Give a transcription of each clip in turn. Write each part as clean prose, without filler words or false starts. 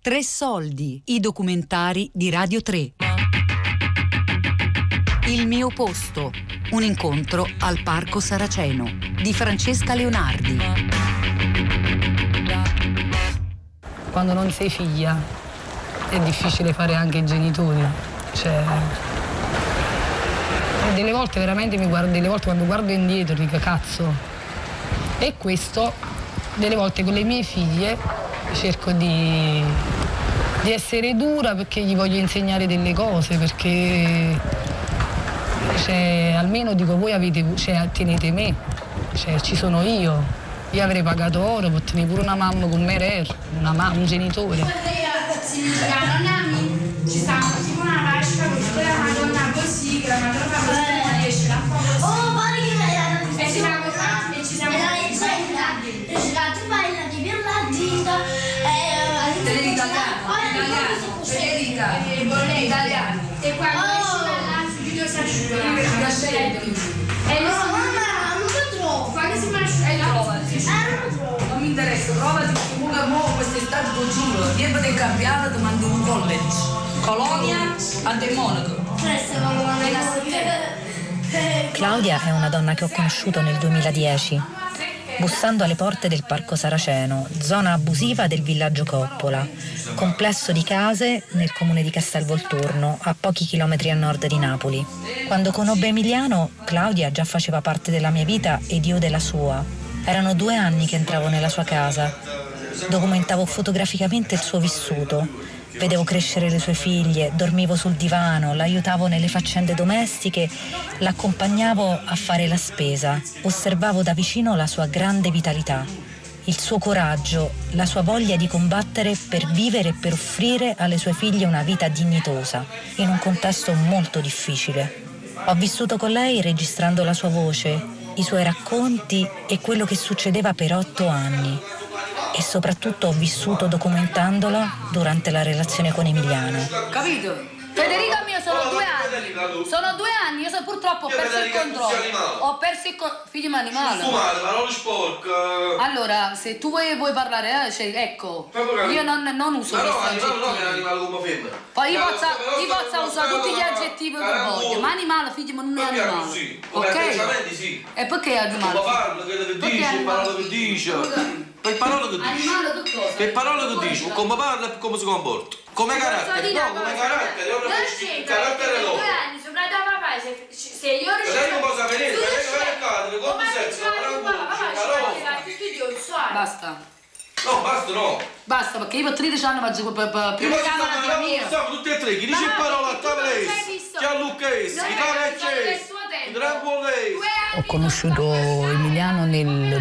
Tre soldi, i documentari di Radio 3. Il mio posto, un incontro al Parco Saraceno di Francesca Leonardi. Quando non sei figlia è difficile fare anche i genitori, cioè delle volte veramente delle volte quando guardo indietro dico cazzo. E questo delle volte con le mie figlie cerco di essere dura perché gli voglio insegnare delle cose, perché almeno dico voi tenete me, ci sono io avrei pagato oro, posso tenere pure una mamma con me, un genitore. Ci stavamo tipo una vasca con quella madonna così, che la madonna fa così, esce l'acqua così. E ci siamo italiano. E quando esce dall'altro video si asciuga. E non lo trovo. Quando si asciuga non mi interessa, provati perché mo quest'estate lo giuro, dietro del campionato ti mando un college. Colonia a De Monaco. Claudia è una donna che ho conosciuto nel 2010, bussando alle porte del Parco Saraceno, zona abusiva del villaggio Coppola, complesso di case nel comune di Castelvolturno, a pochi chilometri a nord di Napoli. Quando conobbe Emiliano, Claudia già faceva parte della mia vita ed io della sua. Erano 2 anni che entravo nella sua casa. Documentavo fotograficamente il suo vissuto. Vedevo crescere le sue figlie, dormivo sul divano, l'aiutavo nelle faccende domestiche, l'accompagnavo a fare la spesa. Osservavo da vicino la sua grande vitalità, il suo coraggio, la sua voglia di combattere per vivere e per offrire alle sue figlie una vita dignitosa, in un contesto molto difficile. Ho vissuto con lei registrando la sua voce, i suoi racconti e quello che succedeva per 8 anni. E soprattutto ho vissuto documentandolo durante la relazione con Emiliano. Capito? Federico mio, sono 2 anni. Sono 2 anni, io purtroppo ho perso il controllo. Ho perso il controllo. Figlio di animale. Fumare, parole sporche. Allora, se tu vuoi parlare, ecco, io non uso questi aggettivi. No, è un animale come femmina. Poi io posso usare tutti gli aggettivi che voglio. Ma animale, figlio, ma non è animale. Sì, ok? Sì. E perché è animale? Ma parla, che dice, parole che dice. Per parole che dici. Animale tu cosa? Per parole che dici, come parla e come si comporta. Come carattere. No, come carattere. Il carattere loro. 2 anni sopra da papà, se io riesco. Lei non può sapere, lei non è cadere, come Basta. No, basta no. Basta, perché io per 13 anni faccio per camera di mia. Siamo tutti e tre, chi dice parola a Tavles, Gianluca S, Ho conosciuto Emiliano nel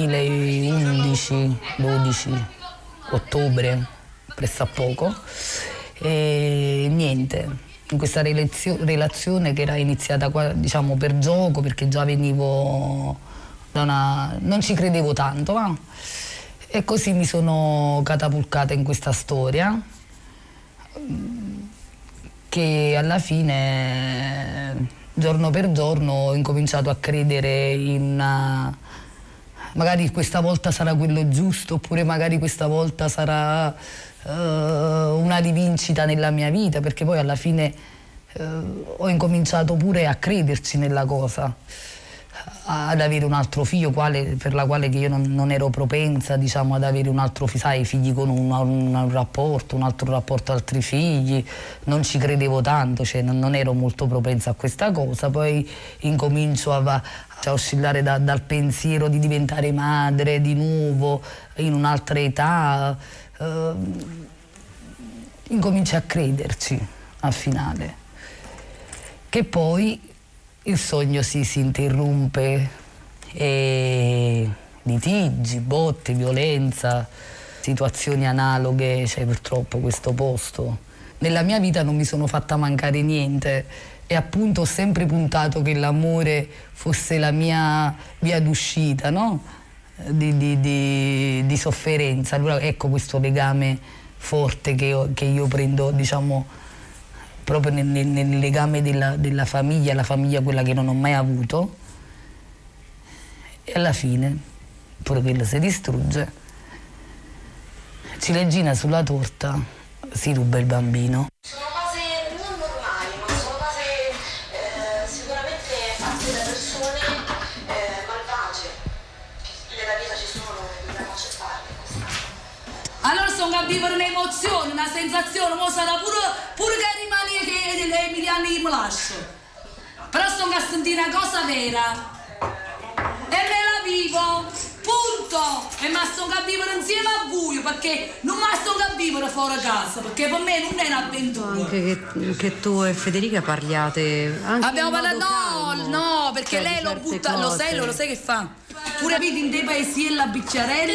2011-12, ottobre, pressappoco, e niente, in questa relazione che era iniziata diciamo per gioco, perché già venivo da non ci credevo tanto, ma... E così mi sono catapultata in questa storia che alla fine, giorno per giorno, ho incominciato a credere in magari questa volta sarà quello giusto, oppure magari questa volta sarà una rivincita nella mia vita, perché poi alla fine ho incominciato pure a crederci nella cosa, ad avere un altro figlio per la quale che io non ero propensa, diciamo, ad avere un altro figlio, sai, figli con un altro rapporto altri figli, non ci credevo tanto, cioè non ero molto propensa a questa cosa. Poi incomincio a oscillare dal pensiero di diventare madre di nuovo in un'altra età, incomincio a crederci al finale, che poi il sogno si interrompe e litigi, botte, violenza, situazioni analoghe, cioè purtroppo questo posto. Nella mia vita non mi sono fatta mancare niente e appunto ho sempre puntato che l'amore fosse la mia via d'uscita, no? Di sofferenza. Allora ecco questo legame forte che io prendo, diciamo, proprio nel legame della famiglia, la famiglia quella che non ho mai avuto, e alla fine pure quello si distrugge. Ciliegina sulla torta, si ruba il bambino. Sono cose non normali, ma sono cose sicuramente fatte da persone malvagie. Nella vita ci sono e dobbiamo accettarle. Allora sto a vivere un'emozione, una sensazione, mo sarà pure che rimane che Emiliano mi lascio. Però sto a sentire una cosa vera e me la vivo, punto. E ma sto a vivere insieme a voi, perché non mi sto a vivere fuori casa, perché per me non è un'avventura. Anche che tu e Federica parliate anche abbiamo parlato, calmo, no, perché cioè, lei lo butta, lo sai che fa? Pure vedi in dei paesi la bicciarella.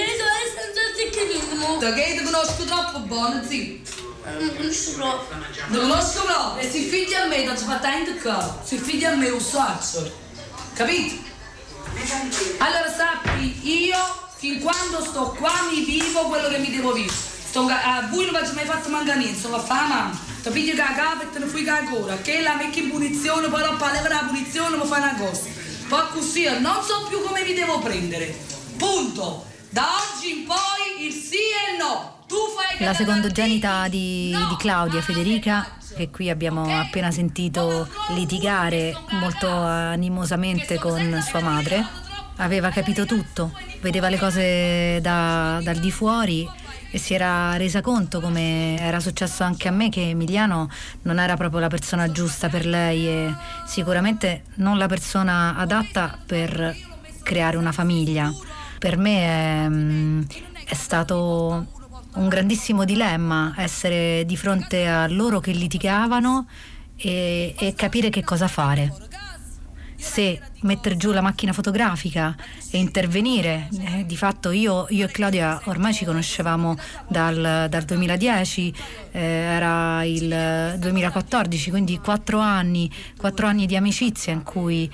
Che ti conosco troppo buono, sì. Non conosco proprio. Non conosco proprio. E se figli a me, non ci fa tanto caso. Se figli a me un sacco. Capito? Allora sappi, io fin quando sto qua mi vivo quello che mi devo vivere. A voi non faccio mai fatto mancare niente, sto a fare la mamma. Ti piglio che la capa e te ne fui che ancora. Che la metti in punizione, poi dopo leva la punizione mi fai una cosa. Poi così non so più come vi devo prendere. Punto. Da oggi in poi il sì e il no. Tu fai la secondogenita di Claudia, Federica, che qui abbiamo appena sentito litigare molto animosamente con sua madre, aveva capito tutto, vedeva le cose dal di fuori e si era resa conto, come era successo anche a me, che Emiliano non era proprio la persona giusta per lei e sicuramente non la persona adatta per creare una famiglia. Per me è stato un grandissimo dilemma essere di fronte a loro che litigavano e capire che cosa fare. Se mettere giù la macchina fotografica e intervenire. Di fatto io e Claudia ormai ci conoscevamo dal 2010, era il 2014, quindi 4 anni di amicizia in cui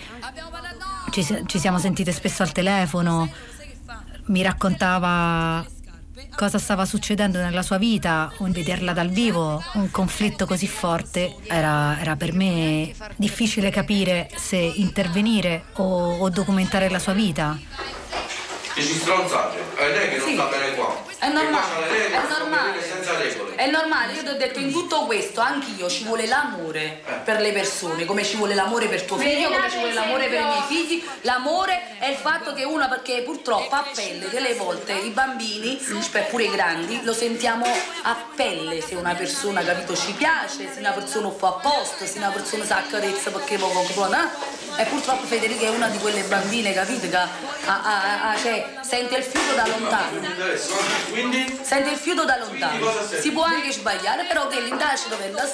ci siamo sentite spesso al telefono. Mi raccontava cosa stava succedendo nella sua vita, vederla dal vivo, un conflitto così forte, era per me difficile capire se intervenire o documentare la sua vita. Che ci stronzate, è lei che non sta bene qua. È normale, è normale, io ti ho detto in tutto questo anch'io ci vuole l'amore per le persone, come ci vuole l'amore per tuo figlio, come ci vuole l'amore per i miei figli. L'amore è il fatto che una, perché purtroppo a pelle delle volte i bambini, pure i grandi, lo sentiamo a pelle se una persona, capito, ci piace, se una persona fa apposta, se una persona si accarezza perché poco e purtroppo Federica è una di quelle bambine, capito, che cioè, sente il fiuto da lontano. Quindi? Sente il fiuto da lontano. Si può anche sbagliare, però che l'indagine dove la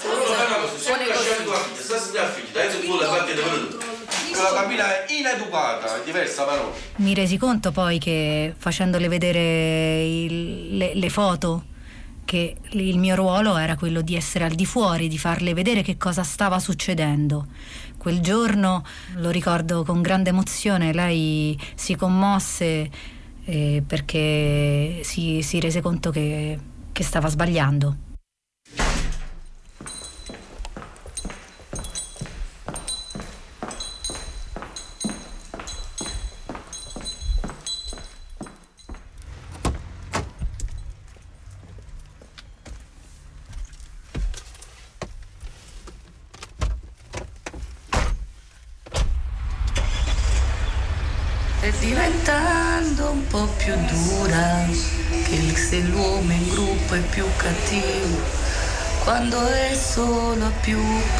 la bambina è ineducata, è diversa però. Mi resi conto poi che facendole vedere le foto che il mio ruolo era quello di essere al di fuori, di farle vedere che cosa stava succedendo. Quel giorno, lo ricordo con grande emozione, lei si commosse perché si rese conto che stava sbagliando. È diventando un po' più dura, che se l'uomo in gruppo è più cattivo, quando è solo ha più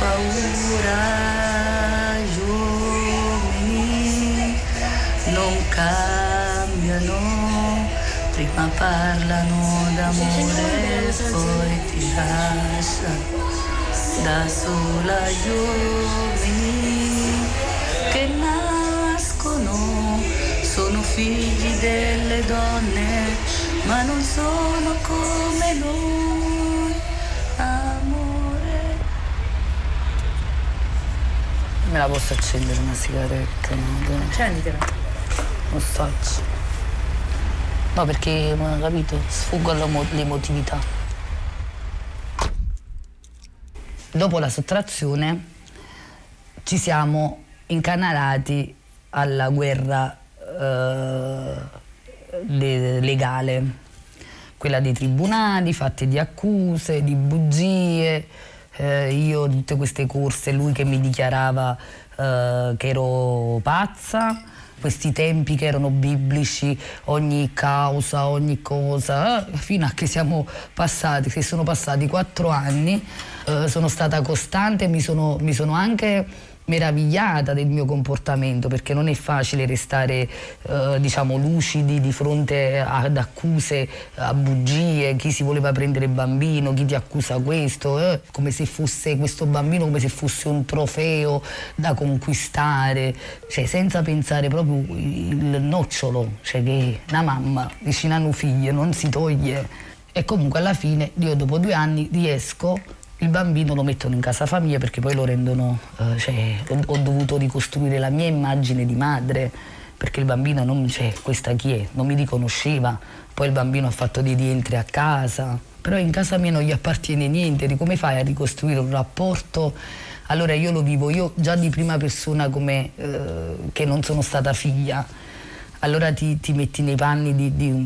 paura. Gli uomini non cambiano, prima parlano d'amore e poi ti lasciano da sola. Gli uomini che nascono sono figli delle donne, ma non sono come noi, amore. Me la posso accendere una sigaretta? Accenditela. Non staccio. No, perché, capito, sfuggo all'emotività. Dopo la sottrazione ci siamo incanalati alla guerra legale. quella dei tribunali, fatte di accuse, di bugie, io tutte queste corse, lui che mi dichiarava che ero pazza, questi tempi che erano biblici, ogni causa, ogni cosa, fino a che sono passati 4 anni, sono stata costante, mi sono anche meravigliata del mio comportamento, perché non è facile restare lucidi di fronte ad accuse, a bugie, chi si voleva prendere il bambino, chi ti accusa questo, come se fosse questo bambino come se fosse un trofeo da conquistare, cioè senza pensare proprio il nocciolo, cioè che una mamma vicino a un figlio non si toglie. E comunque alla fine io dopo 2 anni riesco, il bambino lo mettono in casa famiglia perché poi lo rendono, ho dovuto ricostruire la mia immagine di madre, perché il bambino questa chi è? Non mi riconosceva, poi il bambino ha fatto dei rientri a casa, però in casa mia non gli appartiene niente, come fai a ricostruire un rapporto? Allora io lo vivo, io già di prima persona come che non sono stata figlia, allora ti metti nei panni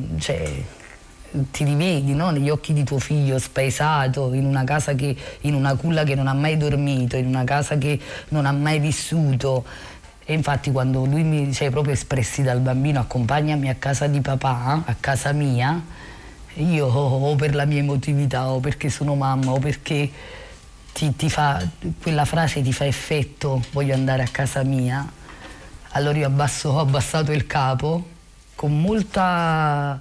ti rivedi, no? Negli occhi di tuo figlio spaesato in una casa in una culla che non ha mai dormito, in una casa che non ha mai vissuto. E infatti quando lui mi proprio espressi dal bambino accompagnami a casa di papà, a casa mia, io o per la mia emotività o perché sono mamma o perché quella frase ti fa effetto, voglio andare a casa mia, allora io ho abbassato il capo con molta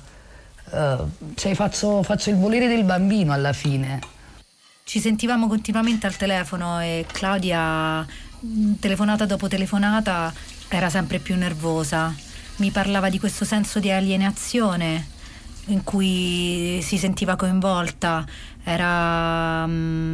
faccio il volere del bambino alla fine. Ci sentivamo continuamente al telefono e Claudia, telefonata dopo telefonata, era sempre più nervosa. Mi parlava di questo senso di alienazione in cui si sentiva coinvolta, era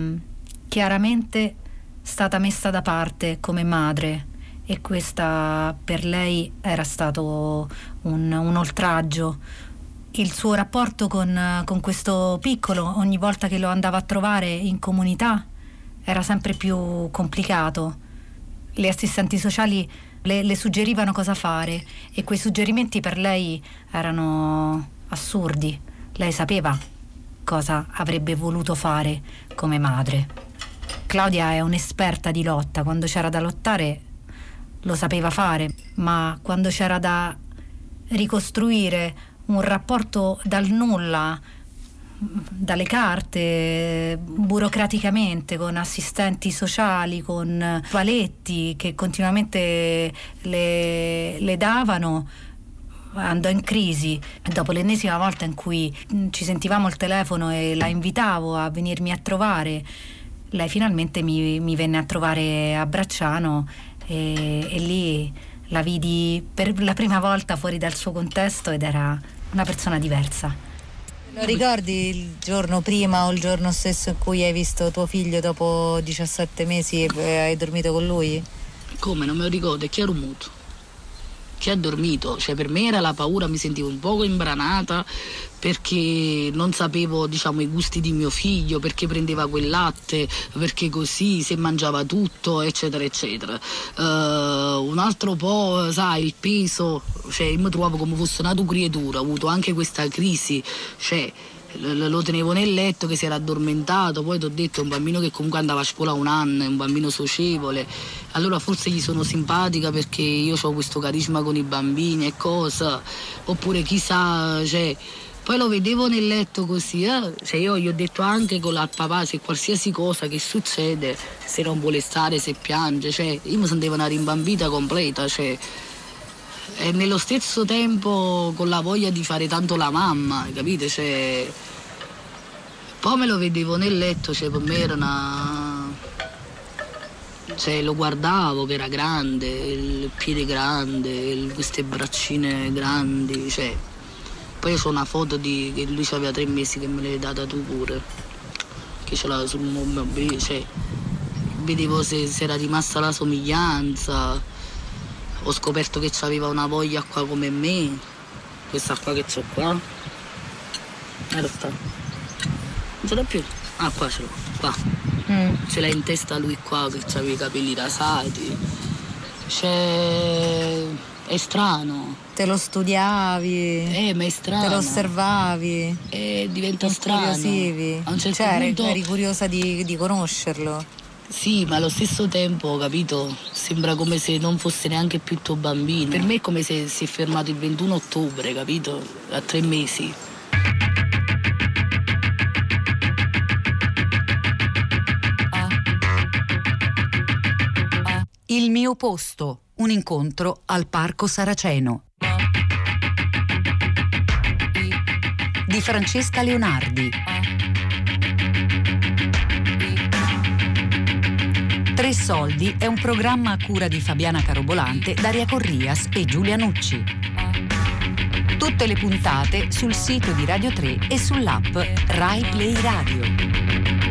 chiaramente stata messa da parte come madre e questa per lei era stato un oltraggio. Il suo rapporto con questo piccolo, ogni volta che lo andava a trovare in comunità, era sempre più complicato. Le assistenti sociali le suggerivano cosa fare e quei suggerimenti per lei erano assurdi. Lei sapeva cosa avrebbe voluto fare come madre. Claudia è un'esperta di lotta, quando c'era da lottare lo sapeva fare, ma quando c'era da ricostruire un rapporto dal nulla, dalle carte, burocraticamente, con assistenti sociali, con paletti che continuamente le davano, andò in crisi. Dopo l'ennesima volta in cui ci sentivamo al telefono e la invitavo a venirmi a trovare, lei finalmente mi venne a trovare a Bracciano e lì la vidi per la prima volta fuori dal suo contesto ed era una persona diversa. Lo ricordi il giorno prima o il giorno stesso in cui hai visto tuo figlio dopo 17 mesi e hai dormito con lui? Come? Non me lo ricordo, è chiaro muto. Che ha dormito, per me era la paura, mi sentivo un poco imbranata perché non sapevo i gusti di mio figlio, perché prendeva quel latte, perché così, se mangiava tutto, eccetera eccetera. Un altro po', il peso, io mi trovavo come fosse una creatura, ho avuto anche questa crisi, lo tenevo nel letto che si era addormentato, poi ti ho detto è un bambino che comunque andava a scuola 1 anno, è un bambino socievole, allora forse gli sono simpatica perché io ho questo carisma con i bambini e cosa, oppure chissà, poi lo vedevo nel letto così, io gli ho detto anche al papà se qualsiasi cosa che succede, se non vuole stare, se piange, io mi sentivo una rimbambita completa, e nello stesso tempo con la voglia di fare tanto la mamma, capite? Poi me lo vedevo nel letto, per me era una... lo guardavo che era grande, il piede grande, queste braccine grandi, Poi c'ho una foto che lui aveva 3 mesi che me l'hai data tu pure, che ce l'aveva sul mobile, vedevo se era rimasta la somiglianza. Ho scoperto che c'aveva una voglia qua come me, questa qua che c'ho qua. Dove sta? Non ce l'ho più. Ah, qua ce l'ho, qua. Ce l'ha in testa lui qua che c'aveva i capelli rasati. È strano. Te lo studiavi? Ma è strano. Te lo osservavi? Diventa strano. Incuriosivi? A un certo punto... eri curiosa di conoscerlo? Sì, ma allo stesso tempo, capito, sembra come se non fosse neanche più tuo bambino. Per me è come se si è fermato il 21 ottobre, capito? A 3 mesi. Il mio posto, un incontro al Parco Saraceno. Di Francesca Leonardi. 3 soldi è un programma a cura di Fabiana Carobolante, Daria Corrias e Giulia Nucci. Tutte le puntate sul sito di Radio 3 e sull'app Rai Play Radio.